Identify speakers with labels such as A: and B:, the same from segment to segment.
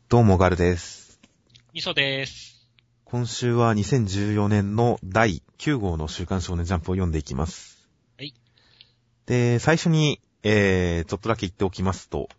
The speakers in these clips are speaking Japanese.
A: どうもガルです。
B: みそです。
A: 今週は2014年の第9号の週刊少年ジャンプを読んでいきます。
B: はい。
A: で、最初に、ちょっとだけ言っておきますと、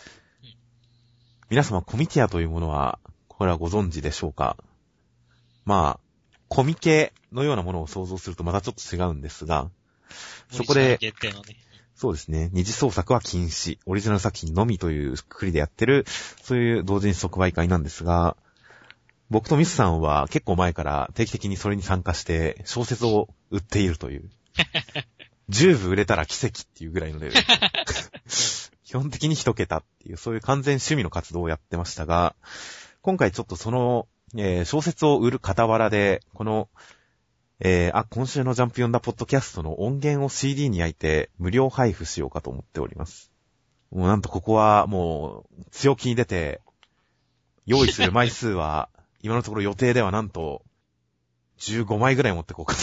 A: 皆様コミティアというものは、これはご存知でしょうか？まあ、コミケのようなものを想像するとまたちょっと違うんですが、そこで、
B: 限定のね。
A: そうですね、二次創作は禁止、オリジナル作品のみというくくりでやってる、そういう同人即売会なんですが、僕とミスさんは結構前から定期的にそれに参加して小説を売っているという。10部売れたら奇跡っていうぐらいのレベル。基本的に一桁っていう、そういう完全趣味の活動をやってましたが、今回ちょっとその、小説を売る傍らで、この、今週のジャンプ読んだポッドキャストの音源を CD に焼いて無料配布しようかと思っております。もうなんとここはもう強気に出て、用意する枚数は、今のところ予定ではなんと、15枚ぐらい持ってこうかと。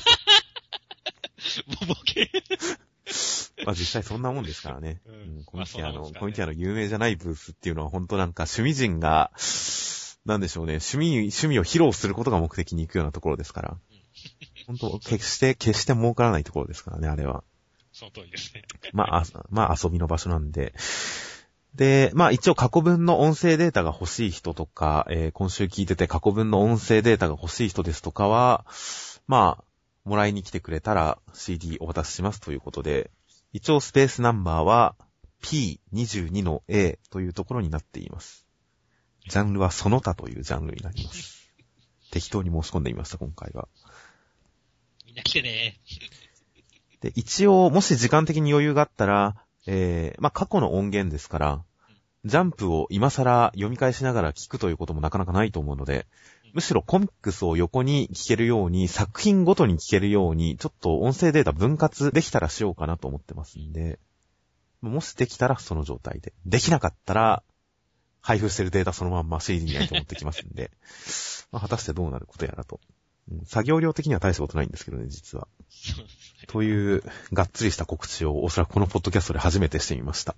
B: ボケ。
A: まあ実際そんなもんですからね。コミティアの、
B: まあね、
A: コミティアの有名じゃないブースっていうのは本当なんか趣味人が、なんでしょうね、趣味を披露することが目的に行くようなところですから。本当、決して儲からないところですからね、あれは。
B: その通りですね。
A: まあ遊びの場所なんで。で、まあ一応過去分の音声データが欲しい人とか、今週聞いてて過去分の音声データが欲しい人ですとかは、まあ、もらいに来てくれたら CD お渡ししますということで、一応スペースナンバーは P22 の A というところになっています。ジャンルはその他というジャンルになります。適当に申し込んでみました、今回は。
B: みんな来てね。
A: で、一応、もし時間的に余裕があったら、まあ、過去の音源ですから、ジャンプを今更読み返しながら聞くということもなかなかないと思うので、むしろコミックスを横に聞けるように、作品ごとに聞けるように、ちょっと音声データ分割できたらしようかなと思ってますんで、もしできたらその状態で。できなかったら、配布してるデータそのまんま CD に焼いて持ってきますんで、まあ、果たしてどうなることやらと。作業量的には大したことないんですけどね、実は。という、がっつりした告知をおそらくこのポッドキャストで初めてしてみました。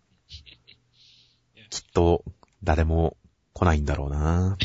A: きっと、誰も来ないんだろうな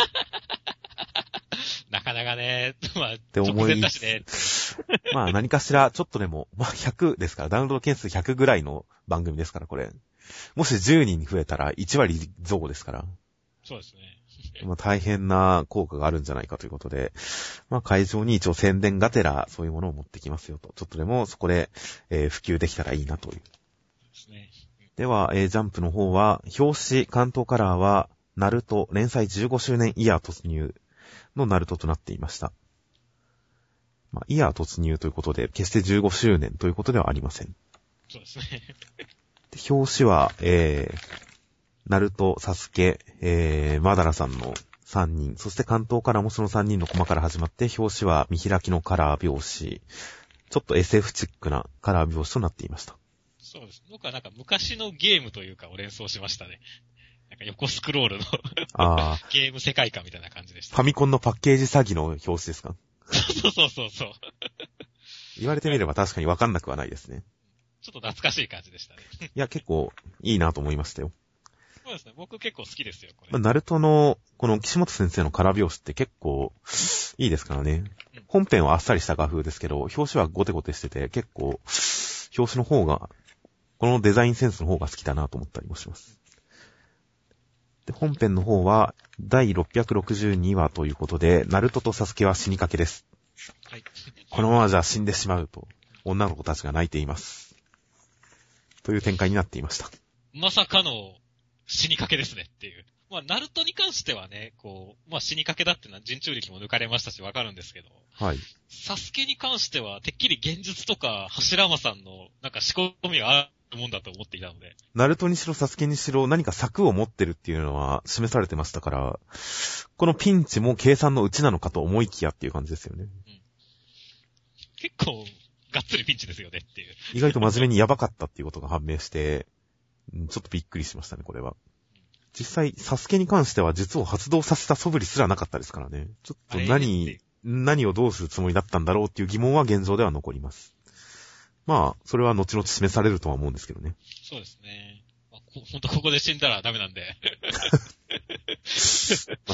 B: なかなかね、まあ、
A: って思い、
B: 直前だしね。
A: まあ何かしら、ちょっとでも、まあ100ですから、ダウンロード件数100ぐらいの番組ですから、これ。もし10人増えたら1割増ですから。
B: そうですね。
A: まあ大変な効果があるんじゃないかということで、まあ会場に一応宣伝がてらそういうものを持ってきますよと。ちょっとでもそこで、普及できたらいいなという。
B: ですね。
A: では、ジャンプの方は、表紙関東カラーは、ナルト連載15周年イヤー突入のナルトとなっていました。まあ、イヤー突入ということで、決して15周年ということではありません。
B: そうですね。
A: で表紙は、ナルト、サスケ、マダラさんの3人、そして関東からもその3人のコマから始まって、表紙は見開きのカラー表紙、ちょっと SF チックなカラー表紙となっていました。
B: そうです。僕はなんか昔のゲームというかを連想しましたね。なんか横スクロールのゲーム世界観みたいな感じでした。
A: ファミコンのパッケージ詐欺の表紙ですか？
B: そう。
A: 言われてみれば確かにわかんなくはないですね。
B: ちょっと懐かしい感じでしたね。
A: いや、結構いいなと思いましたよ。
B: そうですね。僕結構好きですよ、これ。
A: ナルトの、この岸本先生のカラー表紙って結構いいですからね。本編はあっさりした画風ですけど、表紙はゴテゴテしてて、結構、表紙の方が、このデザインセンスの方が好きだなと思ったりもします。で、本編の方は、第662話ということで、ナルトとサスケは死にかけです。
B: はい。
A: このままじゃ死んでしまうと、女の子たちが泣いています。という展開になっていました。
B: まさかの死にかけですねっていう。まあ、ナルトに関してはね、こう、まあ死にかけだってのは人中力も抜かれましたしわかるんですけど。
A: はい。
B: サスケに関しては、てっきり現実とか、柱山さんの、なんか仕込みがあるもんだと思っていたので。
A: ナルトにしろサスケにしろ何か策を持ってるっていうのは示されてましたから、このピンチも計算のうちなのかと思いきやっていう感じですよね。
B: 結構、がっつりピンチですよねっていう。
A: 意外と真面目にやばかったっていうことが判明して、ちょっとびっくりしましたね、これは。実際、サスケに関しては実を発動させた素振りすらなかったですからね。ちょっと何をどうするつもりだったんだろうっていう疑問は現状では残ります。まあ、それは後々示されるとは思うんですけどね。
B: そうですね。ほんとここで死んだらダメなんで。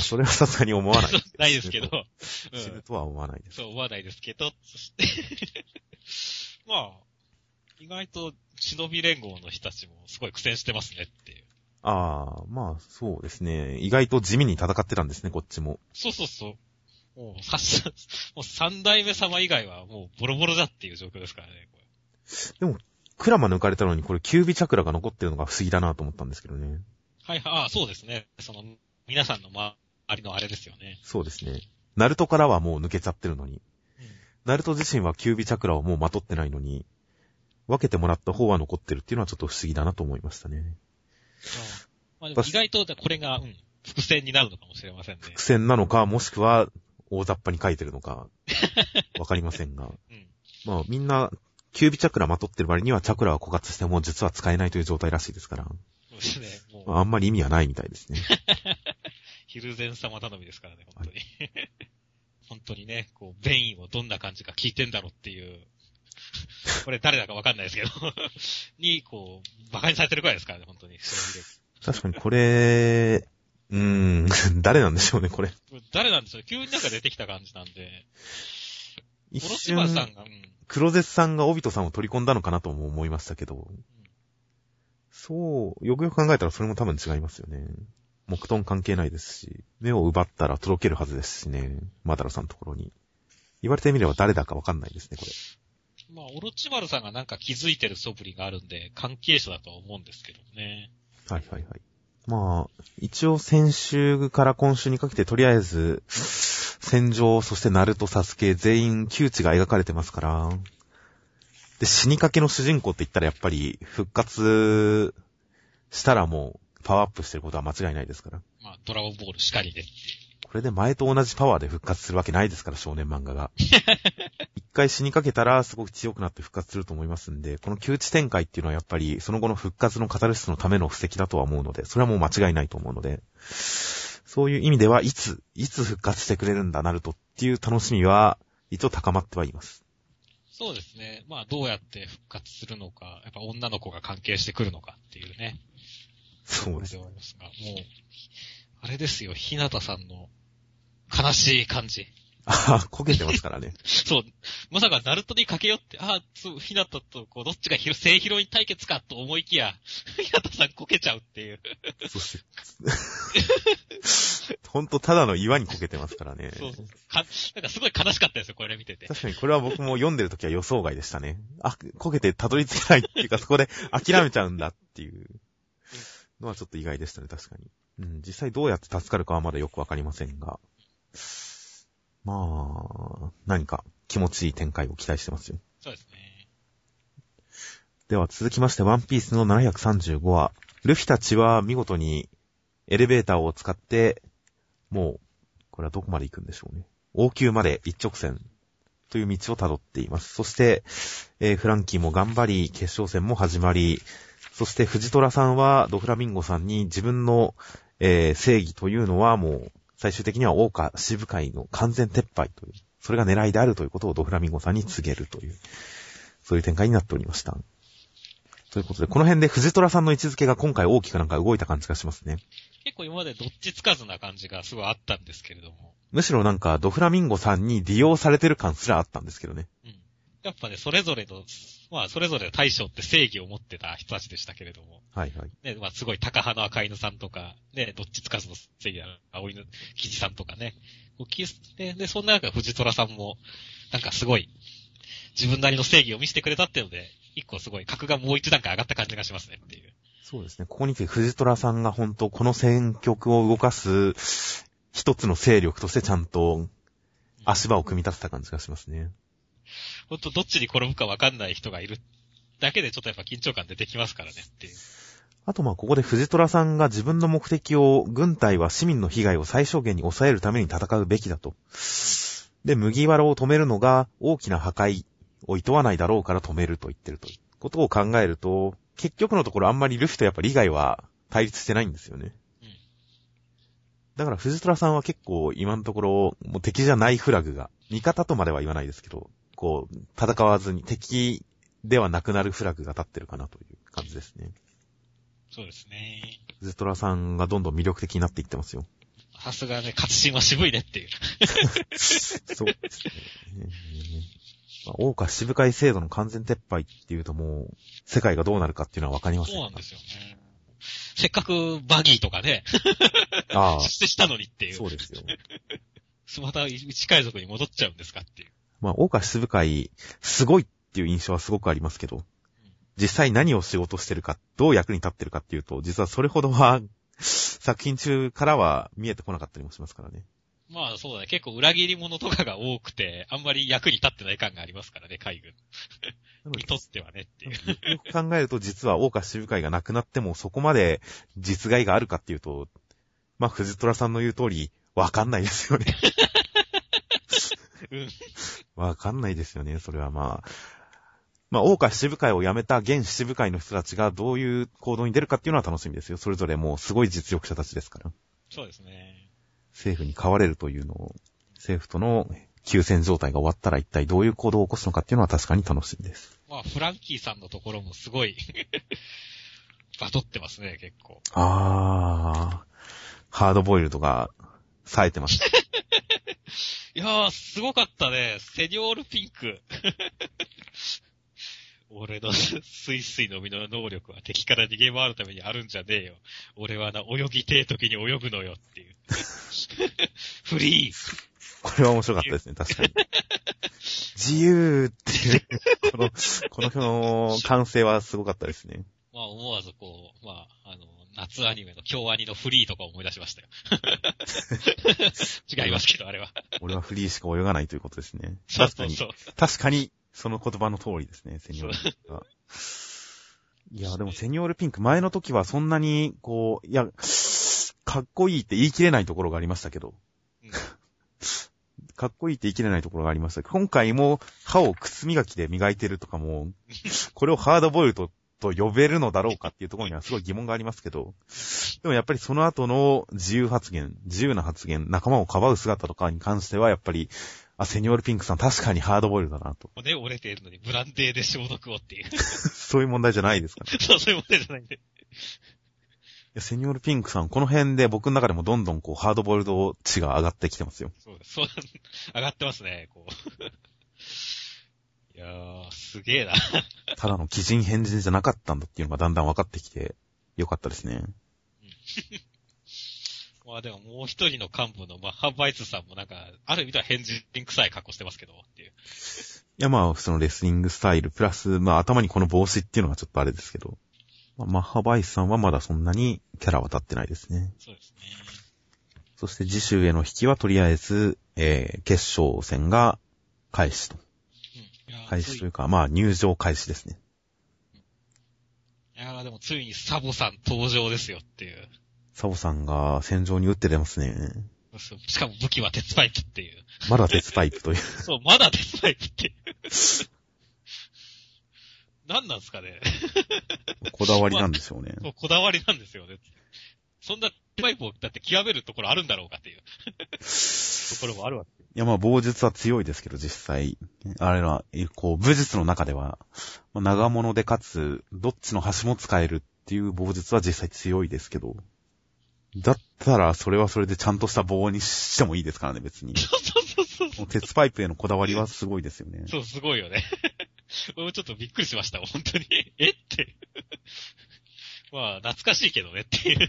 A: それはさすがに思わない。
B: ないですけど。
A: 死ぬとは思わないです。
B: そう、思わないですけど、そしてまあ、意外と忍び連合の人たちもすごい苦戦してますねっていう。
A: ああ、まあそうですね。意外と地味に戦ってたんですね、こっちも。
B: そうそうそう。もう三代目様以外はもうボロボロだっていう状況ですからね。こ
A: れでも、クラマ抜かれたのにこれキュービチャクラが残ってるのが不思議だなと思ったんですけどね。
B: はいはい、そうですね。皆さんの周りのあれですよね。
A: そうですね。ナルトからはもう抜けちゃってるのに。ナルト自身はキュービチャクラをもうまとってないのに、分けてもらった方は残ってるっていうのはちょっと不思議だなと思いましたね。
B: まあでも意外とこれが、伏線になるのかもしれませんね。
A: 伏線なのか、もしくは大雑把に書いてるのか、わかりませんが。まあみんな、キュービチャクラまとってる割にはチャクラは枯渇しても実は使えないという状態らしいですから。
B: そうですね。
A: まあ、あんまり意味はないみたいですね。
B: 昼前様頼みですからね、本当に。はい、本当にね、便意をどんな感じか聞いてんだろうっていう。これ誰だかわかんないですけどに、馬鹿にされてるくらいですからね、本当に。
A: 確かにこれ、誰なんでしょうね、これ。
B: 誰なんでしょう、急になんか出てきた感じなんで。
A: 一瞬、さんが、黒絶さんがオビトさんを取り込んだのかなとも思いましたけど。そう、よくよく考えたらそれも多分違いますよね。木遁関係ないですし、目を奪ったら届けるはずですしね、マダラさんのところに。言われてみれば誰だかわかんないですね、これ。
B: まあ、オロチマルさんがなんか気づいてる素振りがあるんで、関係者だとは思うんですけどね。
A: はいはいはい。まあ、一応先週から今週にかけてとりあえず、戦場、そしてナルト、サスケ、全員窮地が描かれてますから。で、死にかけの主人公って言ったらやっぱり復活したらもうパワーアップしてることは間違いないですから。
B: まあ、ドラゴンボールしかりで。
A: これで前と同じパワーで復活するわけないですから、少年漫画が。一回死にかけたらすごく強くなって復活すると思いますんで、この窮地展開っていうのはやっぱりその後の復活のカタルシスのための布石だとは思うので、それはもう間違いないと思うので、そういう意味ではいつ復活してくれるんだ、ナルトっていう楽しみは一応高まってはいます。
B: そうですね。まあどうやって復活するのか、やっぱ女の子が関係してくるのかっていうね。
A: そうです。
B: もう、あれですよ、ひなたさんの悲しい感じ。
A: 焦げてますからね。
B: そう。まさかナルトに駆け寄って、そう、ひなたとどっちが正ヒロイン対決かと思いきや、ひなたさんこけちゃうっていう。
A: そして、ほんとただの岩にこけてますからね。
B: そう。なんかすごい悲しかったですよ、これ見てて。
A: 確かにこれは僕も読んでるときは予想外でしたね。こけてたどり着けないっていうか、そこで諦めちゃうんだっていうのはちょっと意外でしたね、確かに。実際どうやって助かるかはまだよくわかりませんが。まあ、何か気持ちいい展開を期待してますよ。
B: そうですね。
A: では続きまして、ワンピースの735話。ルフィたちは見事にエレベーターを使って、もう、これはどこまで行くんでしょうね。王宮まで一直線という道を辿っています。そして、フランキーも頑張り、決勝戦も始まり、そして藤虎さんはドフラミンゴさんに自分の、正義というのはもう、最終的には大岡支部会の完全撤廃という、それが狙いであるということをドフラミンゴさんに告げるという、そういう展開になっておりました。ということで、この辺で藤虎さんの位置づけが今回大きくなんか動いた感じがしますね。
B: 結構今までどっちつかずな感じがすごいあったんですけれども。
A: むしろなんかドフラミンゴさんに利用されてる感すらあったんですけどね。
B: やっぱね、それぞれ大将って正義を持ってた人たちでしたけれども。
A: はいはい。
B: ね、まあすごい高羽の赤犬さんとか、ね、どっちつかずの正義だな、青犬、キジさんとかね。で、そんな中藤虎さんも、なんかすごい、自分なりの正義を見せてくれたっていうので、一個すごい格がもう一段階上がった感じがしますねっていう。
A: そうですね。ここに来て藤虎さんが本当この戦局を動かす一つの勢力としてちゃんと足場を組み立てた感じがしますね。
B: ほんとどっちに転ぶか分かんない人がいるだけでちょっとやっぱ緊張感出てきますからねっていう。
A: あとここで藤虎さんが自分の目的を軍隊は市民の被害を最小限に抑えるために戦うべきだと。で、麦わらを止めるのが大きな破壊を厭わないだろうから止めると言ってるということを考えると、結局のところあんまりルフィとやっぱ利害は対立してないんですよね。だから藤虎さんは結構今のところもう敵じゃないフラグが、味方とまでは言わないですけど、戦わずに敵ではなくなるフラグが立ってるかなという感じですね。
B: そうですね。
A: 藤虎さんがどんどん魅力的になっていってますよ。
B: さすがね、勝新は渋いねっていう。
A: そうですね。大岡支部会制度の完全撤廃っていうともう、世界がどうなるかっていうのはわかりますね。
B: そうなんですよね。せっかくバギーとかね、
A: ああ。
B: 出世したのにっていう。
A: そうですよ。
B: また一海賊に戻っちゃうんですかっていう。
A: まあ、大岡支部会、すごいっていう印象はすごくありますけど、実際何を仕事してるか、どう役に立ってるかっていうと、実はそれほどは、作品中からは見えてこなかったりもしますからね。
B: まあそうだね。結構裏切り者とかが多くて、あんまり役に立ってない感がありますからね、海軍。にとってはねっていう。
A: よく考えると実は大岡支部会がなくなってもそこまで実害があるかっていうと、まあ藤虎さんの言う通り、わかんないですよね。
B: うん。
A: わかんないですよね、それはまあ、大岡支部会を辞めた現支部会の人たちがどういう行動に出るかっていうのは楽しみですよ。それぞれもうすごい実力者たちですから。
B: そうですね。
A: 政府に買われるというのを、政府との休戦状態が終わったら一体どういう行動を起こすのかっていうのは確かに楽しみです。
B: まあフランキーさんのところもすごい、バトってますね、結構。
A: ハードボイルドが冴えてます。
B: いやー、すごかったね。セニョールピンク。俺のスイスイのみの能力は敵から逃げ回るためにあるんじゃねえよ。俺はな、泳ぎてえ時に泳ぐのよっていう。フリー。
A: これは面白かったですね、確かに。自由っていう、この日の完成はすごかったですね。
B: まあ思わずこう、まあ、夏アニメの京アニのフリーとか思い出しましたよ。違いますけど、あれは。
A: 俺はフリーしか泳がないということですね。
B: そうそうそう。
A: 確かに、その言葉の通りですね、セニョールピンクは。いや、でもセニョールピンク前の時はそんなに、こう、いや、かっこいいって言い切れないところがありましたけど。
B: うん、
A: かっこいいって言い切れないところがありましたけど、今回も歯を靴磨きで磨いてるとかも、これをハードボイルドと呼べるのだろうかっていうところにはすごい疑問がありますけど、でもやっぱりその後の自由な発言、仲間をかばう姿とかに関してはやっぱり、セニョールピンクさん確かにハードボイルドだなと。
B: 骨折れているのにブランデーで消毒をっていう。
A: そういう問題じゃないですかね。
B: そういう問題じゃないんで。
A: セニョールピンクさん、この辺で僕の中でもどんどんこうハードボイルド値が上がってきてますよ。
B: そう、上がってますね、こう。いやー、すげえな。
A: ただの奇人変人じゃなかったんだっていうのがだんだん分かってきて、よかったですね。
B: まあでももう一人の幹部のマッハバイツさんもなんか、ある意味では変人臭い格好してますけど、っていう。い
A: やまあ、そのレスリングスタイル、プラス、まあ頭にこの帽子っていうのがちょっとあれですけど、マッハバイツさんはまだそんなにキャラは立ってないですね。
B: そうですね。
A: そして次週への引きはとりあえず、決勝戦が開始と。開始というか、まあ入場開始ですね。
B: いやーでもついにサボさん登場ですよっていう。
A: サボさんが戦場に打って出ますね。
B: しかも武器は鉄パイプっていう。
A: まだ鉄パイプという。
B: そう、まだ鉄パイプっていう。何なんですかね。
A: こだわりなんでしょうね。
B: そう、こだわりなんですよね。そんな鉄パイプをだって極めるところあるんだろうかっていう。ところもあるわけ。
A: いやまあ棒術は強いですけど実際。あれは、こう武術の中では、長物でかつ、どっちの端も使えるっていう棒術は実際強いですけど。だったらそれはそれでちゃんとした棒にしてもいいですからね別に。そう。鉄パイプへのこだわりはすごいですよね。
B: そう、すごいよね。俺もちょっとびっくりしました、本当に。えって。まあ、懐かしいけどねっていう。いや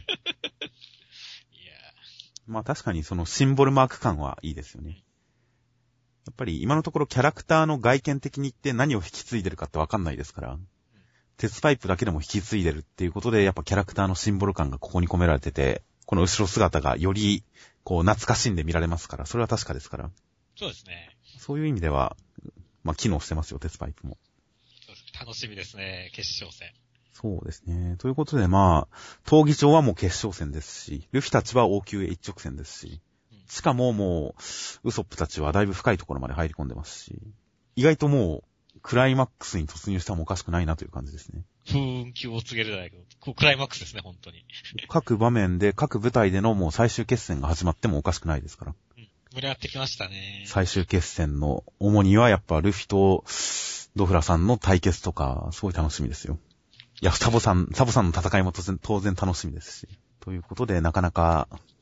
A: まあ確かにそのシンボルマーク感はいいですよね。やっぱり今のところキャラクターの外見的に言って何を引き継いでるかってわかんないですから、鉄パイプだけでも引き継いでるっていうことでやっぱキャラクターのシンボル感がここに込められてて、この後ろ姿がよりこう懐かしんで見られますから、それは確かですから。
B: そうですね。
A: そういう意味では、まあ機能してますよ、鉄パイプも。
B: そうです。楽しみですね、決勝戦。
A: そうですね。ということでまあ、闘技場はもう決勝戦ですし、ルフィたちは王宮へ一直線ですし、しかももう、ウソップたちはだいぶ深いところまで入り込んでますし、意外ともう、クライマックスに突入してもおかしくないなという感じですね。
B: 気を告げるじゃないけど、こうクライマックスですね、本当に。
A: 各場面で、各舞台でのもう最終決戦が始まってもおかしくないですから。
B: 盛り上がってきましたね。
A: 最終決戦の主にはやっぱルフィとドフラさんの対決とか、すごい楽しみですよ。いや、サボさんの戦いも当然楽しみですし。ということで、なかなか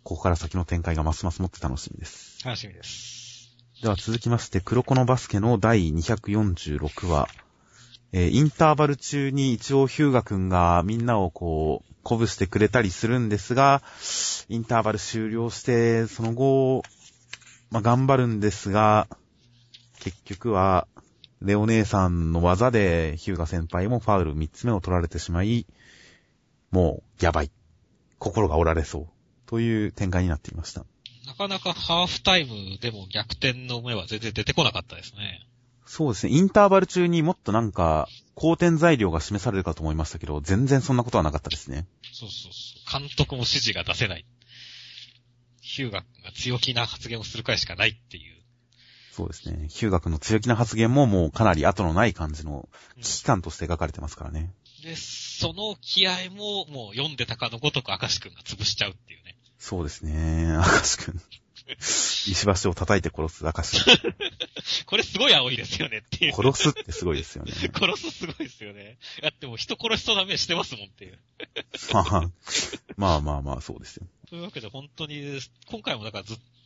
A: ここから先の展開がますますもって楽しみです。
B: 楽しみです。
A: では続きまして、黒子のバスケの第246話。インターバル中に一応ヒューガくんがみんなをこう、鼓舞してくれたりするんですが、インターバル終了して、その後、頑張るんですが、結局は、レオ姉さんの技でヒューガ先輩もファウル3つ目を取られてしまい、もう、やばい。心が折られそう。という展開になっていました。
B: なかなかハーフタイムでも逆転の目は全然出てこなかったですね。
A: そうですね。インターバル中にもっとなんか、好転材料が示されるかと思いましたけど、全然そんなことはなかったですね。
B: そう。監督も指示が出せない。ヒューガ君が強気な発言をするかいしかないっていう。
A: そうですね。ヒューガ君の強気な発言ももうかなり後のない感じの危機感として描かれてますからね。
B: で、その気合ももう読んでたかのごとく明石君が潰しちゃうっていうね。
A: そうですね。明石君。石橋を叩いて殺す明石君。
B: これすごい青いですよねっていう。
A: 殺すってすごいですよね。
B: 殺すすごいですよね。だってもう人殺しそうな目してますもんっていう。
A: まあ、そうですよ。
B: というわけで本当に、今回もだから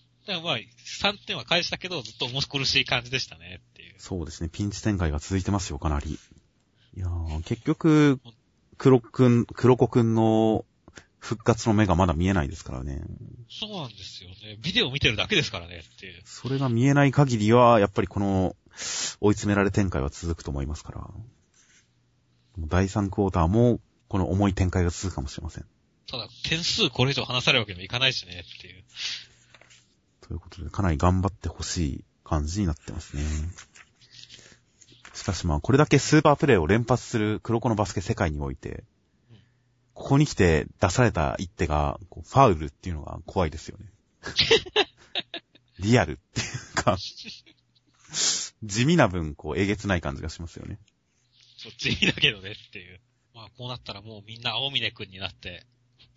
B: 3点は返したけど、ずっと苦しい感じでしたねっていう。
A: そうですね。ピンチ展開が続いてますよ、かなり。いやー、結局、黒子くんの復活の目がまだ見えないですからね。
B: そうなんですよね。ビデオ見てるだけですからねっていう。
A: それが見えない限りは、やっぱりこの追い詰められ展開は続くと思いますから。第3クォーターもこの重い展開が続くかもしれません。
B: ただ、点数これ以上離されるわけにもいかないしねっていう。
A: ということで、かなり頑張ってほしい感じになってますね。しかしこれだけスーパープレーを連発する黒子のバスケ世界において、ここに来て出された一手がファウルっていうのが怖いですよね。リアルっていうか、地味な分えげつない感じがしますよね。
B: そう、地味だけどねっていう。こうなったらもうみんな青峰くんになって、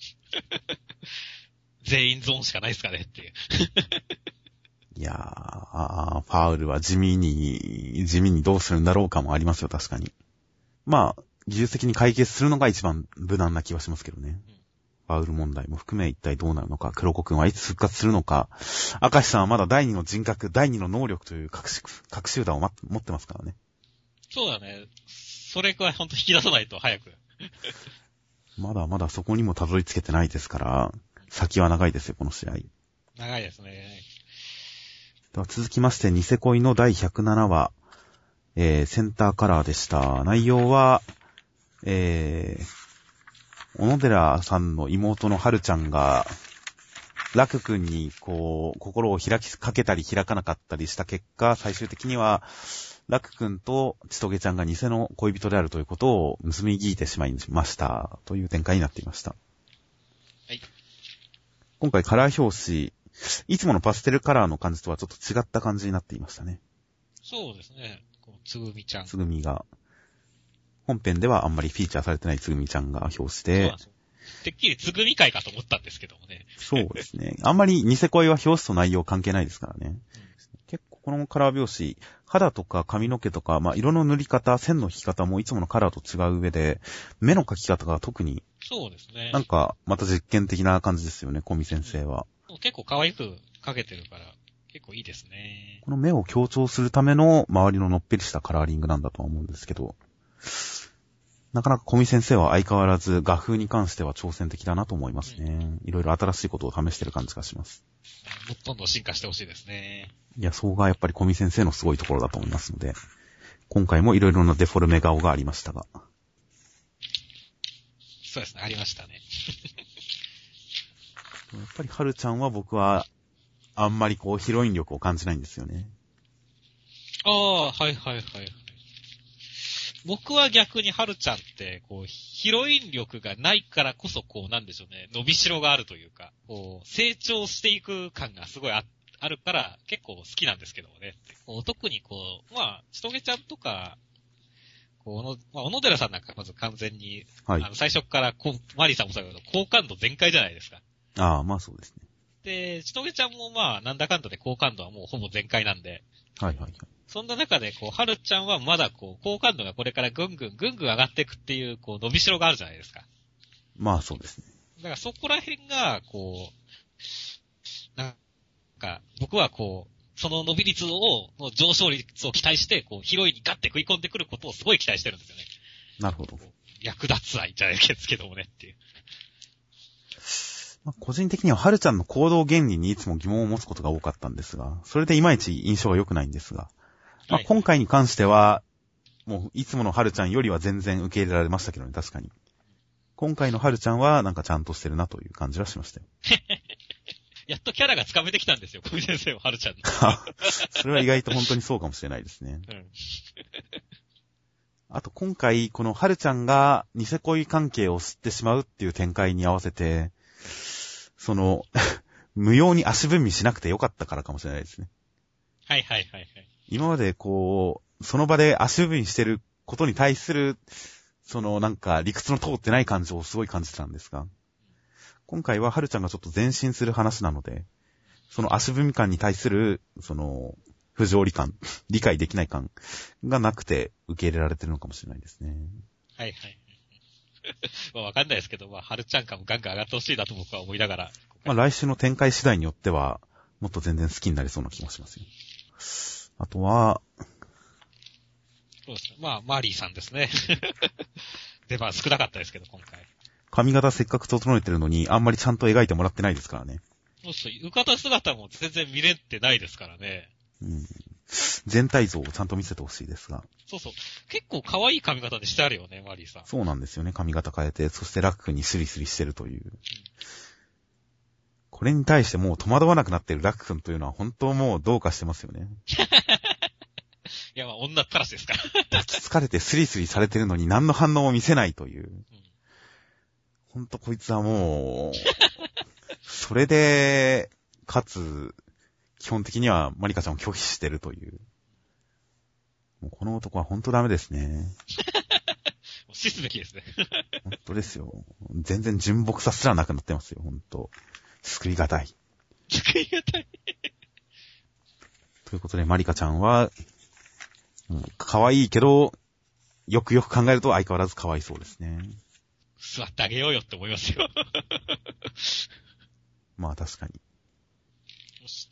B: 全員ゾーンしかないですかねっていう。
A: いやー、ファウルは地味にどうするんだろうかもありますよ、確かに。技術的に解決するのが一番無難な気はしますけどね。ファウル問題も含め一体どうなるのか、黒子くんはいつ復活するのか、明石さんはまだ第二の人格、第二の能力という隠し札を持ってますからね。
B: そうだね。それくらいほんと引き出さないと早く。
A: まだまだそこにもたどり着けてないですから、先は長いですよ、この試合。
B: 長いですね。
A: では続きまして、ニセ恋の第107話、センターカラーでした。内容は、小野寺さんの妹の春ちゃんが、楽くんに心を開きかけたり開かなかったりした結果、最終的には、楽くんと千棘ちゃんが偽の恋人であるということを結び聞いてしまいました。という展開になっていました。
B: はい。
A: 今回カラー表紙、いつものパステルカラーの感じとはちょっと違った感じになっていましたね。
B: そうですね。つぐみちゃん。
A: つぐみが。本編ではあんまりフィーチャーされてないつぐみちゃんが表紙で。
B: てっきりつぐみ会かと思ったんですけどもね。
A: そうですね。あんまりニセ恋は表紙と内容関係ないですからね。結構このカラー表紙、肌とか髪の毛とか、色の塗り方、線の引き方もいつものカラーと違う上で、目の描き方が特に、
B: そうですね。
A: なんか、また実験的な感じですよね、小見先生は。
B: 結構可愛く描けてるから、結構いいですね。
A: この目を強調するための周りののっぺりしたカラーリングなんだとは思うんですけど、なかなか小見先生は相変わらず画風に関しては挑戦的だなと思いますね。いろいろ新しいことを試してる感じがします。
B: もっとどんどん進化してほしいですね。
A: いや、そうがやっぱり小見先生のすごいところだと思いますので、今回もいろいろなデフォルメ顔がありましたが。
B: そうですね、ありましたね。
A: やっぱり春ちゃんは僕は、あんまりヒロイン力を感じないんですよね。
B: ああ、はい。僕は逆に春ちゃんって、ヒロイン力がないからこそ、なんでしょうね、伸びしろがあるというか、成長していく感がすごいあるから、結構好きなんですけどもね。特にちとげちゃんとか、小野寺さんなんかまず完全に、はい、最初からマリーさんもそうだけど、好感度全開じゃないですか。
A: ああ、そうですね。
B: で、ちとげちゃんもなんだかんだで好感度はもうほぼ全開なんで。
A: はい。
B: そんな中で、春ちゃんはまだ好感度がこれからぐんぐん上がっていくっていう、伸びしろがあるじゃないですか。
A: そうですね。
B: だからそこら辺が、 なんか、僕はこう、その伸び率の上昇率を期待して、こう、ヒロインにガッて食い込んでくることをすごい期待してるんですよね。
A: なるほど。
B: 役立つ愛じゃないですけどもねっていう。
A: 個人的には春ちゃんの行動原理にいつも疑問を持つことが多かったんですが、それでいまいち印象が良くないんですが、まあ、今回に関しては、もういつもの春ちゃんよりは全然受け入れられましたけどね、確かに。今回の春ちゃんはなんかちゃんとしてるなという感じはしましたよ。
B: やっとキャラがつかめてきたんですよ、小見先生は春ちゃんの。
A: それは意外と本当にそうかもしれないですね。
B: うん、
A: あと今回、この春ちゃんがニセ恋関係を知ってしまうっていう展開に合わせて、無用に足踏みしなくてよかったからかもしれないですね。
B: はいはいはいはい。
A: 今までこう、その場で足踏みしてることに対する、なんか理屈の通ってない感情をすごい感じてたんですが、今回は春ちゃんがちょっと前進する話なので、その足踏み感に対する、不条理感、理解できない感がなくて受け入れられてるのかもしれないですね。
B: はいはい。まあわかんないですけど、まあ、春ちゃん感もガンガン上がってほしいなと僕は思いながら。
A: まあ来週の展開次第によっては、もっと全然好きになりそうな気もしますよ。あとは、
B: そうですね。まあ、マーリーさんですね。出番少なかったですけど、今回。
A: 髪型せっかく整えてるのに、あんまりちゃんと描いてもらってないですからね。
B: そうそう、浴衣姿も全然見れてないですからね。
A: うん。全体像をちゃんと見せてほしいですが。
B: そうそう。結構可愛い髪型でしてあるよね、マーリーさん。
A: そうなんですよね。髪型変えて、そしてラックにスリスリしてるという。これに対してもう戸惑わなくなってるラック君というのは本当もうどうかしてますよね。
B: いや、まあ、女ったらしですから。
A: 抱きつかれてスリスリされてるのに何の反応も見せないという。ほんとこいつはもう、それで、かつ、基本的にはマリカちゃんを拒否してるという。もうこの男はほんとダメですね。
B: 死すべきですね。
A: ほんとですよ。全然純朴さすらなくなってますよ、ほんと。救いがたい。
B: 救いがたい。
A: ということで、マリカちゃんは、可愛いけど、よくよく考えると相変わらず可愛そうですね。
B: 座ってあげようよって思いますよ。
A: まあ確かに。
B: そして、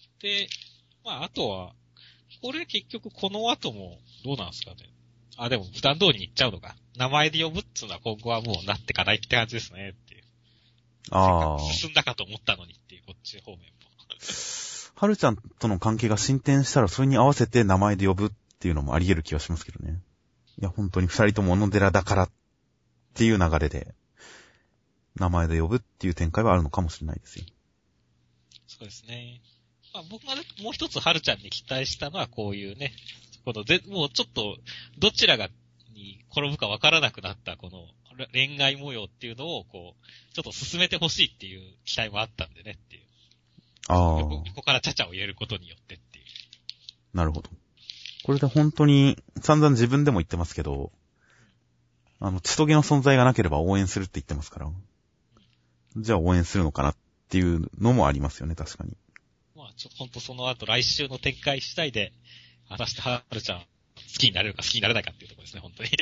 B: まああとは、これ結局この後もどうなんですかね。あ、でも普段通りに行っちゃうのか。名前で呼ぶっつうのは今後はもうなってかないって感じですねっていう。
A: ああ。
B: 進んだかと思ったのにっていう、こっち方面も。
A: はるちゃんとの関係が進展したらそれに合わせて名前で呼ぶっていうのもあり得る気がしますけどね。いや本当に二人とも小野寺だからっていう流れで名前で呼ぶっていう展開はあるのかもしれないですよ。
B: そうですね。まあ僕がもう一つはるちゃんに期待したのはこういうね、もうちょっとどちらがに転ぶかわからなくなったこの恋愛模様っていうのをこう、ちょっと進めてほしいっていう期待もあったんでねっていう。
A: ああ。
B: 横からチャチャを入れることによってっていう。
A: なるほど。これで本当に散々自分でも言ってますけど、千棘の存在がなければ応援するって言ってますから。じゃあ応援するのかなっていうのもありますよね、確かに。
B: まあほんとその後来週の展開次第で、果たしてはるちゃん好きになれるか好きになれないかっていうところですね、本当に。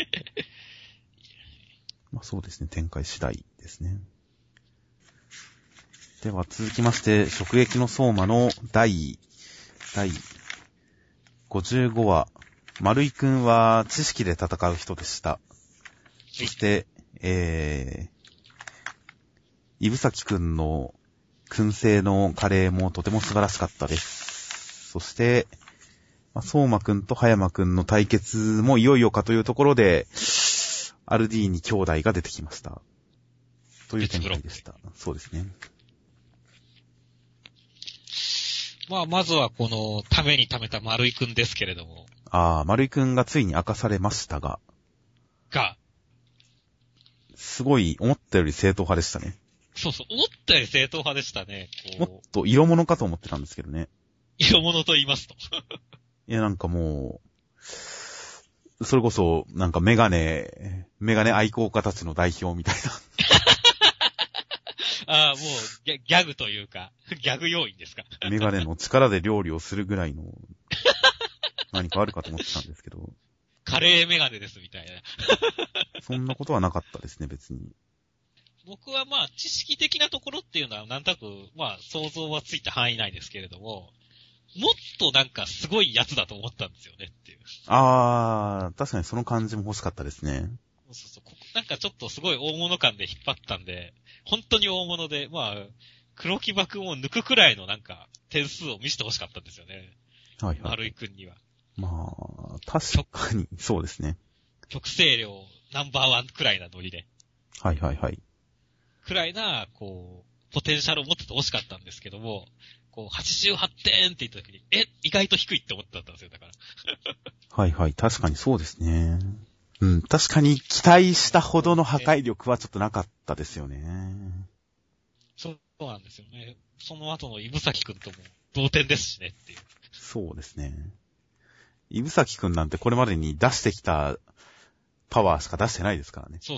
A: まあそうですね、展開次第ですね。では続きまして、直撃の相馬の第55話、丸井くんは知識で戦う人でした。そして、イブサキくんの燻製のカレーもとても素晴らしかったです。そして、相馬くんと葉山くんの対決もいよいよかというところで、アルディーニ兄弟が出てきました。という展開でした。そうですね。
B: まあ、まずはこの、ためにためた丸井くんですけれども。
A: 丸井くんがついに明かされましたが。すごい、思ったより正統派でしたね。
B: そうそう、思ったより正統派でしたね。
A: もっと色物かと思ってたんですけどね。
B: 色物と言いますと。
A: いや、なんかもう、それこそ、なんかメガネ愛好家たちの代表みたいな。
B: ああ、もうギャグというか、ギャグ要因ですか。
A: メガネの力で料理をするぐらいの何かあるかと思ってたんですけど。
B: カレーメガネですみたいな。
A: そんなことはなかったですね、別に。
B: 僕はまあ、知識的なところっていうのはなんとなく、まあ、想像はついた範囲内ですけれども、もっとなんかすごいやつだと思ったんですよねっていう。
C: 確かにその感じも欲しかったですね。
B: そう。なんかちょっとすごい大物感で引っ張ったんで、本当に大物で、まあ、黒木場くんを抜くくらいのなんか点数を見せて欲しかったんですよね。
C: はいはい。
B: 丸井くんには。
C: まあ、確かに、そうですね。
B: 極声量ナンバーワンくらいなノリで。
C: はいはいはい。
B: くらいな、こう、ポテンシャルを持ってて欲しかったんですけども、こう、88点って言った時に、意外と低いって思ってたんですよ、だから。
C: はいはい、確かにそうですね。うん、確かに期待したほどの破壊力はちょっとなかったですよね。
B: そうなんですよね。その後のイブサキくんとも同点ですしねっていう。
C: そうですね。イブサキくんなんてこれまでに出してきたパワーしか出してないですからね。
B: そう。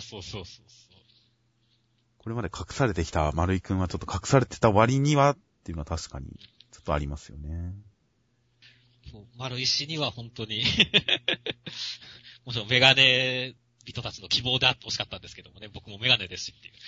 C: これまで隠されてきた丸井くんはちょっと隠されてた割にはっていうのは確かにちょっとありますよね。
B: そう、丸井氏には本当にもちろんメガネ人たちの希望であってほしかったんですけどもね、僕もメガネですしっていう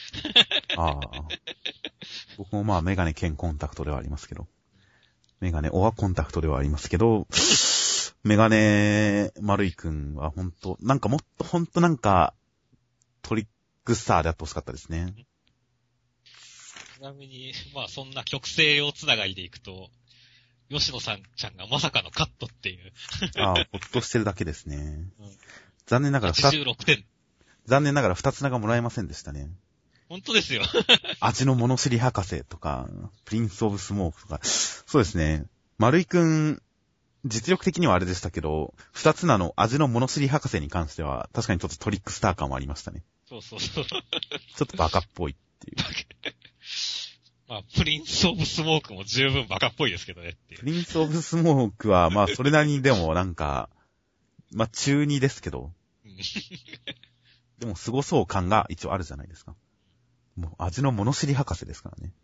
C: 僕もまあメガネ兼コンタクトではありますけど。メガネオアコンタクトではありますけど、メガネ丸井くんは本当なんかもっと本当なんかトリックスターであってほしかったですね。
B: ちなみに、まあそんな極声量つながりでいくと、吉野さんちゃんがまさかのカットっていう。
C: ほっとしてるだけですね。
B: うん、
C: 残念ながら
B: 86点。
C: 残念ながら2つ名がもらえませんでしたね。
B: 本当ですよ。
C: 味の物知り博士とか、プリンスオブスモークとか、そうですね。丸井くん、実力的にはあれでしたけど、2つ名の味の物知り博士に関しては、確かにちょっとトリックスター感はありましたね。
B: そう。ちょ
C: っとバカっぽいっていう。
B: まあ、プリンスオブスモークも十分バカっぽいですけどねっていう。
C: プリンスオブスモークは、まあ、それなりにでもなんか、まあ、中二ですけど、でも凄そう感が一応あるじゃないですか。もう味の物知り博士ですからね。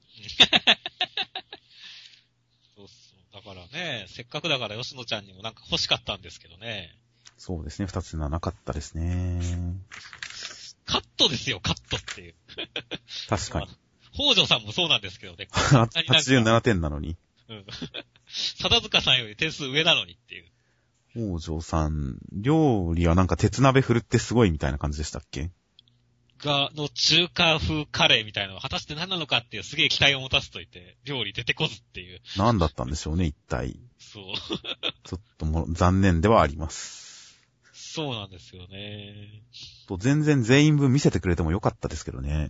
B: そう。だからね、せっかくだから吉野ちゃんにもなんか欲しかったんですけどね。
C: そうですね、2つ名なかったですね。
B: カットですよ、カットっていう。
C: 確かに。
B: 北条さんもそうなんですけどね。
C: 87点なのに。
B: うん。貞塚さんより点数上なのにっていう。
C: 北条さん、料理はなんか鉄鍋振るってすごいみたいな感じでしたっけ？
B: の中華風カレーみたいなのは果たして何なのかっていうすげえ期待を持たせといて、料理出てこずっていう。
C: 何だったんでしょうね、一体。
B: そう。
C: ちょっともう残念ではあります。
B: そうなんですよね。
C: 全然全員分見せてくれてもよかったですけどね。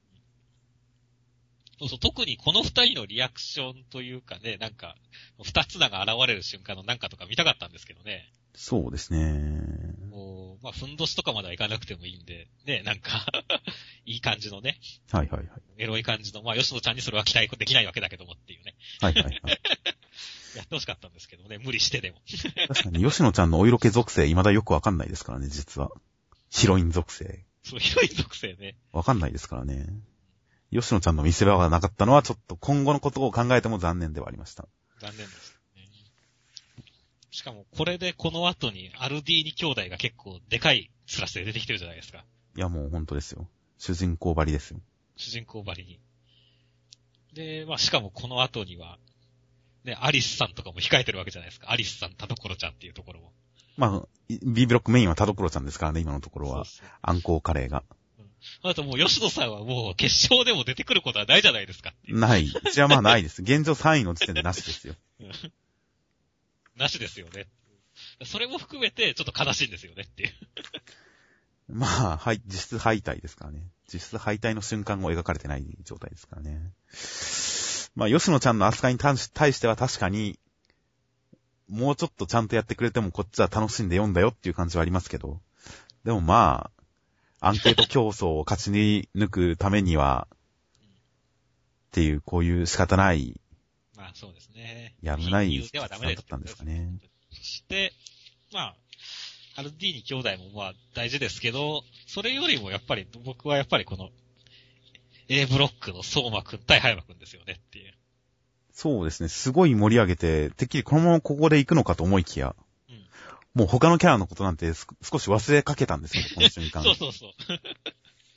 B: そう、特にこの二人のリアクションというかね、なんか、二つ名が現れる瞬間のなんかとか見たかったんですけどね。
C: そうですね。
B: もう、まあ、ふんどしとかまではいかなくてもいいんで、ね、なんか、いい感じのね。
C: はい。
B: エロい感じの、まあ、吉野ちゃんにそれは期待できないわけだけどもっていうね。
C: はい。
B: やってほしかったんですけどね、無理してでも。
C: 確かに、吉野ちゃんのお色気属性未だよくわかんないですからね、実は。ヒロイン属性。
B: そう、ヒロイン属性ね。
C: わかんないですからね。吉野ちゃんの見せ場がなかったのは、ちょっと今後のことを考えても残念ではありました。
B: 残念ですね。しかも、これでこの後にアルディーニ兄弟が結構でかいスラスで出てきてるじゃないですか。
C: いや、もう本当ですよ。主人公ばりですよ。
B: 主人公ばりに。で、まあ、しかもこの後には、ね、アリスさんとかも控えてるわけじゃないですか。アリスさん、田所ちゃんっていうところも。
C: まあ、B ブロックメインは田所ちゃんですからね、今のところは。
B: そう
C: あんこうカレーが。
B: あともう吉野さんはもう決勝でも出てくることはないじゃないですかっていう。
C: ない。うちはまあないです。現状3位の時点でなしですよ。
B: なしですよね。それも含めてちょっと悲しいんですよねっていう。
C: まあ、はい、実質敗退ですからね。実質敗退の瞬間を描かれてない状態ですからね。まあ、吉野ちゃんの扱いに対しては確かに、もうちょっとちゃんとやってくれてもこっちは楽しんで読んだよっていう感じはありますけど。でもまあ、アンケート競争を勝ち抜くためには、っていう、こういう仕方ない、
B: まあそうですね。
C: やむない
B: 理由ではダメです
C: だったんですかね。
B: そして、まあ、アルディーニ兄弟もまあ大事ですけど、それよりもやっぱり、僕はやっぱりこの、A ブロックの相馬くん対葉山くんですよねっていう。
C: そうですね。すごい盛り上げて、てっきりこのままここで行くのかと思いきや、もう他のキャラのことなんて少し忘れかけたんですけど、この瞬間。
B: そう。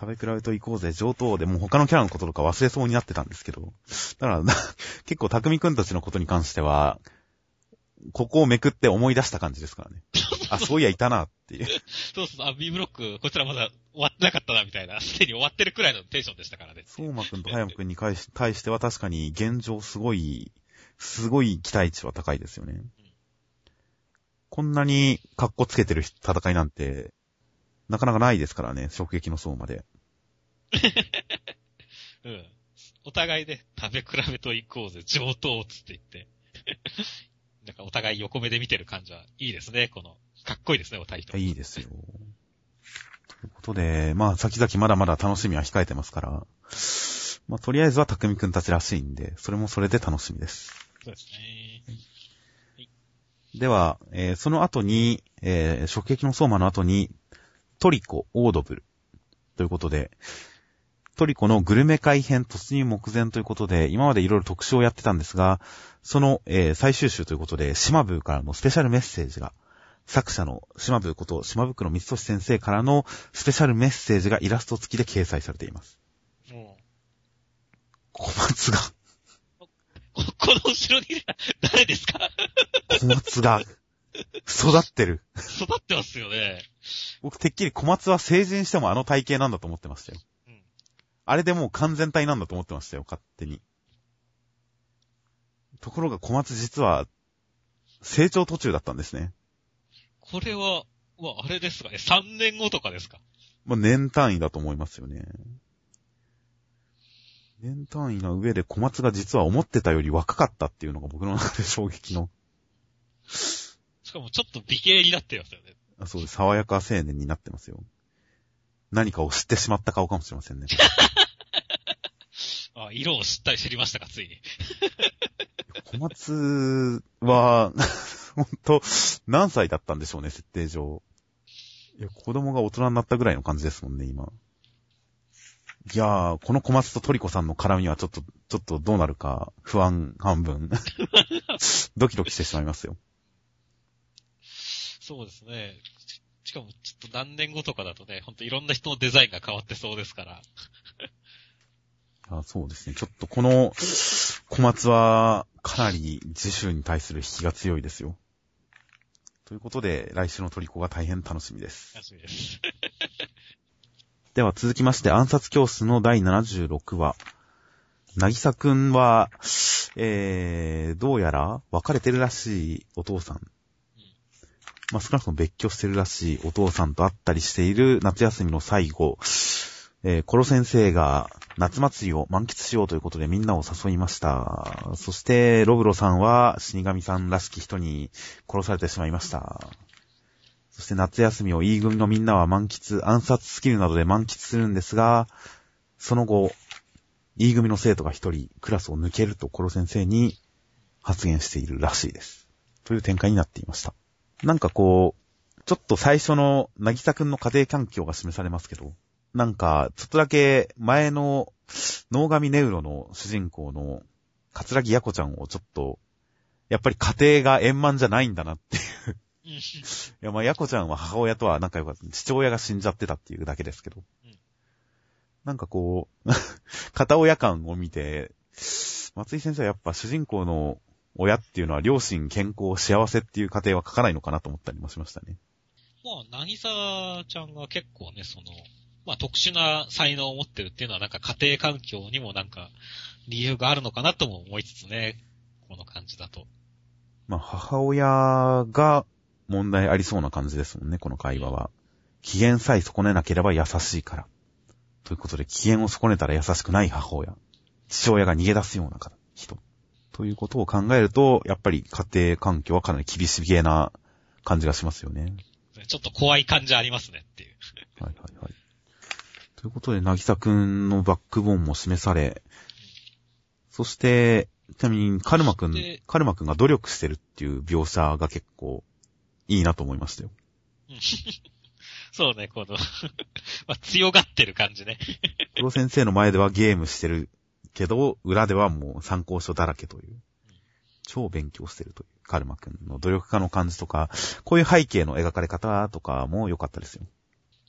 C: 食べ比べと行こうぜ、上等でもう他のキャラのこととか忘れそうになってたんですけど。だから、結構匠くんたちのことに関しては、ここをめくって思い出した感じですからね。あ、そういやいたなっていう。
B: そうそう、あ、B ブロック、こいつらまだ終わってなかったな、みたいな。すでに終わってるくらいのテンションでしたからね。
C: 相馬くんと早馬くんに対しては確かに現状すごい期待値は高いですよね。こんなにカッコつけてる戦いなんて、なかなかないですからね、直撃の相馬で。
B: うん。お互いで食べ比べと行こうぜ、上等つって言って。なんかお互い横目で見てる感じはいいですね、かっこいいですね、お互いと。
C: いいですよ。ということで、まあ先々まだまだ楽しみは控えてますから、まあとりあえずは匠くんたちらしいんで、それもそれで楽しみです。
B: そうですね。
C: はい、では、その後に、直撃の相馬の後に、トリコ、オードブル。ということで、トリコのグルメ会編突入目前ということで、今までいろいろ特集をやってたんですが、その、最終週ということで、島ブーからのスペシャルメッセージが、作者の島ブーこと島袋光俊先生からのスペシャルメッセージがイラスト付きで掲載されています。小松が。
B: この後ろにいる誰ですか？
C: 小松が、育ってる。
B: 育ってますよね。
C: 僕てっきり小松は成人してもあの体型なんだと思ってましたよ。うん、あれでもう完全体なんだと思ってましたよ、勝手に。ところが小松実は、成長途中だったんですね。
B: これは、あれですかね、3年後とかですか？
C: まあ、年単位だと思いますよね。年単位の上で小松が実は思ってたより若かったっていうのが僕の中で衝撃の。
B: しかもちょっと美形になってますよね。
C: あ、そうです。爽やか青年になってますよ。何かを知ってしまった顔かもしれませんね。
B: あ、色を知りましたか、ついに。
C: 小松は、ほんと、何歳だったんでしょうね、設定上。いや、子供が大人になったぐらいの感じですもんね、今。いやー、この小松とトリコさんの絡みはちょっとどうなるか、不安半分。ドキドキしてしまいますよ。
B: そうですね。しかもちょっと何年後とかだとね、ほんといろんな人のデザインが変わってそうですから。
C: あ、そうですね。ちょっとこの小松はかなり次週に対する引きが強いですよ。ということで、来週のトリコが大変楽しみです。
B: 楽しみです。
C: では続きまして、暗殺教室の第76話。なぎさくんは、どうやら別れてるらしいお父さん。まあ、少なくとも別居してるらしいお父さんと会ったりしている夏休みの最後、コロ先生が夏祭りを満喫しようということでみんなを誘いました。そして、ロブロさんは死神さんらしき人に殺されてしまいました。そして夏休みを E 組のみんなは暗殺スキルなどで満喫するんですが、その後、E 組の生徒が一人クラスを抜けるとコロ先生に発言しているらしいです。という展開になっていました。なんかこう、ちょっと最初のなぎさくんの家庭環境が示されますけど、なんかちょっとだけ前の能神ネウロの主人公の桂木やこちゃんをちょっと、やっぱり家庭が円満じゃないんだなっていう。いや、まあ、やこちゃんは母親とは仲良かった。父親が死んじゃってたっていうだけですけど。なんかこう、片親感を見て、松井先生はやっぱ主人公の親っていうのは両親健康幸せっていう家庭は書かないのかなと思ったりもしましたね。
B: まあ、なぎさちゃんが結構ね、まあ特殊な才能を持ってるっていうのはなんか家庭環境にもなんか理由があるのかなとも思いつつね、この感じだと。
C: まあ母親が問題ありそうな感じですもんね、この会話は。機嫌さえ損ねなければ優しいから。ということで、機嫌を損ねたら優しくない母親。父親が逃げ出すような人。ということを考えると、やっぱり家庭環境はかなり厳しげな感じがしますよね。
B: ちょっと怖い感じありますねっていう。
C: はいはいはい。ということで、なぎさくんのバックボーンも示され、そして、ちなみにカルマくんが努力してるっていう描写が結構いいなと思いましたよ。
B: そうね、まあ、強がってる感じね。
C: プロ先生の前ではゲームしてるけど、裏ではもう参考書だらけという。超勉強してるというカルマくんの努力家の感じとか、こういう背景の描かれ方とかも良かったですよ。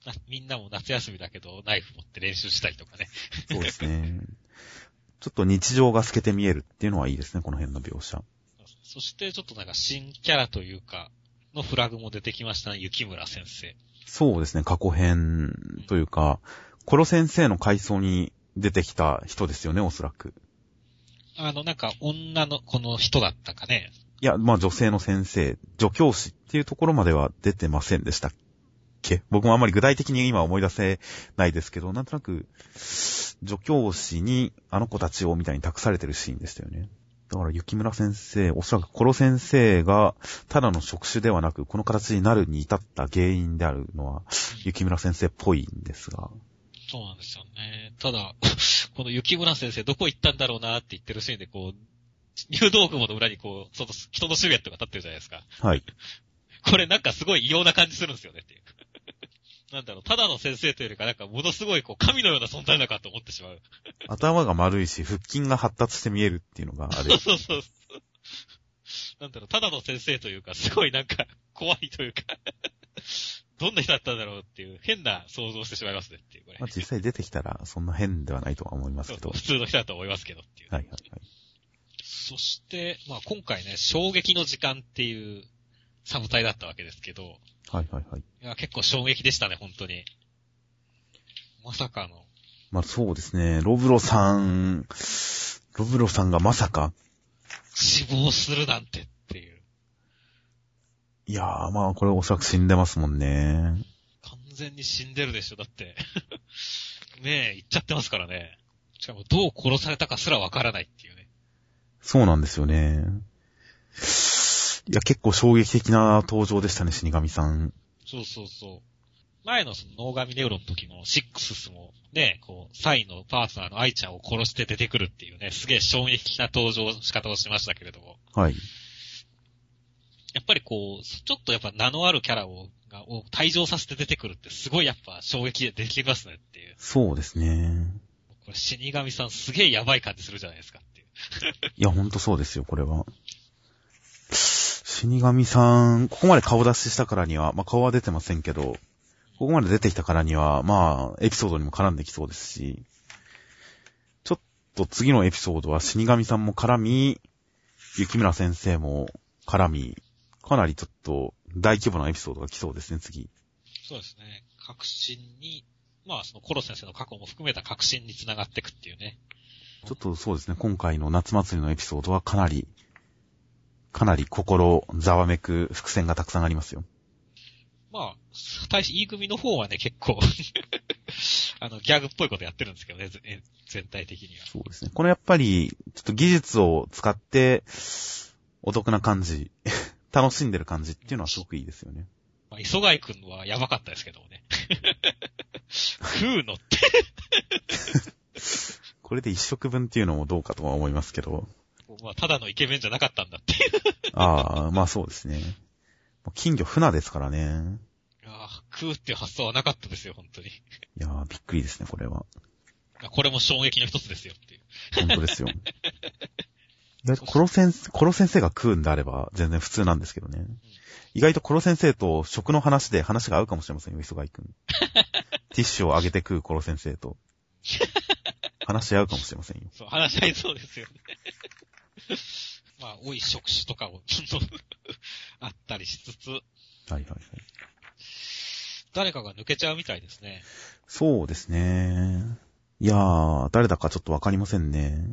B: みんなも夏休みだけどナイフ持って練習したりとかね。
C: そうですね。ちょっと日常が透けて見えるっていうのはいいですね、この辺の描写。
B: そしてちょっとなんか新キャラというか、のフラグも出てきましたね、雪村先生。
C: そうですね、過去編というか、コロ先生の回想に出てきた人ですよね、おそらく。
B: なんか女の子の人だったかね。
C: いや、まあ女性の先生、助教師っていうところまでは出てませんでしたっけ？僕もあんまり具体的に今思い出せないですけど、なんとなく、助教師にあの子たちをみたいに託されてるシーンでしたよね。だから雪村先生、おそらくコロ先生がただの職種ではなく、この形になるに至った原因であるのは、雪村先生っぽいんですが。
B: そうなんですよね。ただ、この雪村先生どこ行ったんだろうなって言ってるシーンでこう、入道雲の裏にこう、人のシルエットが立ってるじゃないですか。
C: はい。
B: これなんかすごい異様な感じするんですよねっていう。なんだろう、ただの先生というよりかなんかものすごいこう、神のような存在だかと思ってしまう。
C: 頭が丸いし、腹筋が発達して見えるっていうのがあれ。
B: そう。なんだろう、ただの先生というか、すごいなんか、怖いというか、どんな人だったんだろうっていう、変な想像をしてしまいますねっていう、これ。
C: まあ、実際出てきたら、そんな変ではないとは思いますけど。
B: 普通の人だと思いますけどっていう。
C: はい。
B: そして、まあ今回ね、衝撃の時間っていうサブタイだったわけですけど。
C: はい。
B: いや、結構衝撃でしたね、本当に。まさかの。
C: まあそうですね、ロブロさんがまさか。
B: 死亡するなんてっていう。
C: いやー、まあこれおそらく死んでますもんね。
B: 完全に死んでるでしょ、だって。ねえ、言っちゃってますからね。しかもどう殺されたかすらわからないっていうね。
C: そうなんですよね。いや、結構衝撃的な登場でしたね、死神さん。
B: そう。前のそのノーガミネウロの時のシックスもね、こう、サイのパートナーのアイちゃんを殺して出てくるっていうね、すげえ衝撃的な登場仕方をしましたけれども。
C: はい。
B: やっぱりこう、ちょっとやっぱ名のあるキャラを退場させて出てくるってすごいやっぱ衝撃でできますねっていう。
C: そうですね。
B: これ死神さんすげえやばい感じするじゃないですかっていう。
C: いや、ほんとそうですよ、これは。死神さん、ここまで顔出ししたからには、まあ、顔は出てませんけど、ここまで出てきたからには、まあ、エピソードにも絡んできそうですし、ちょっと次のエピソードは死神さんも絡み、雪村先生も絡み、かなりちょっと大規模なエピソードが来そうですね、次。
B: そうですね。革新に、まあそのコロ先生の過去も含めた革新につながっていくっていうね。
C: ちょっとそうですね、今回の夏祭りのエピソードはかなり心ざわめく伏線がたくさんありますよ。
B: まあ、対し E 組の方はね、結構ギャグっぽいことやってるんですけどね、全体的には。
C: そうですね。これやっぱり、ちょっと技術を使って、お得な感じ、楽しんでる感じっていうのはすごくいいですよね。
B: まあ、磯貝くんはやばかったですけどもね。食うのって。
C: これで一食分っていうのもどうかとは思いますけど。
B: まあ、ただのイケメンじゃなかったんだっていう。
C: ああ、まあそうですね。金魚船ですからね。
B: いや食うっていう発想はなかったですよ、本当に。
C: いやー、びっくりですね、これは。
B: これも衝撃の一つですよっていう。
C: 本当ですよ。だいたいコロ先生が食うんであれば全然普通なんですけどね。意外とコロ先生と食の話で話が合うかもしれませんよ、磯貝くん。ティッシュをあげて食うコロ先生と。話し合うかもしれませんよ。
B: そう、話し合いそうですよね。まあ、多い職種とかをちょっとあったりしつつ。
C: はい。
B: 誰かが抜けちゃうみたいですね。
C: そうですね。いやー、誰だかちょっとわかりませんね。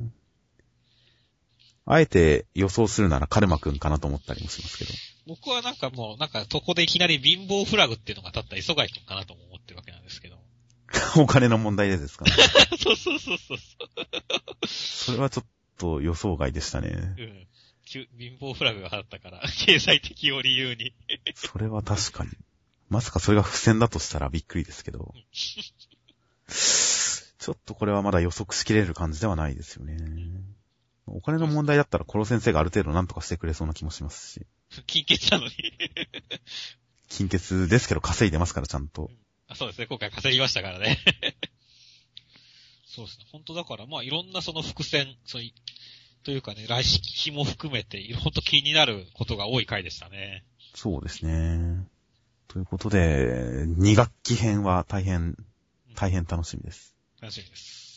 C: あえて予想するならカルマくんかなと思ったりもしますけど。
B: 僕はなんかもう、そこでいきなり貧乏フラグっていうのが立った磯貝くんかなとも思ってるわけなんですけど。
C: お金の問題でですかね。
B: そう。
C: それはちょっと予想外でしたね。
B: うん。貧乏フラグが立ったから、経済的を理由に。
C: それは確かに。まさかそれが伏線だとしたらびっくりですけど。ちょっとこれはまだ予測しきれる感じではないですよね。お金の問題だったらコロ先生がある程度何とかしてくれそうな気もしますし。
B: 金欠なのに。
C: 金欠ですけど稼いでますからちゃんと。
B: そうですね、今回稼ぎましたからね。そうですね、本当だから、まあいろんなその伏線、というかね、来式も含めて、本当気になることが多い回でしたね。
C: そうですね。 ということで、2学期編は大変楽しみです。
B: 楽しみです。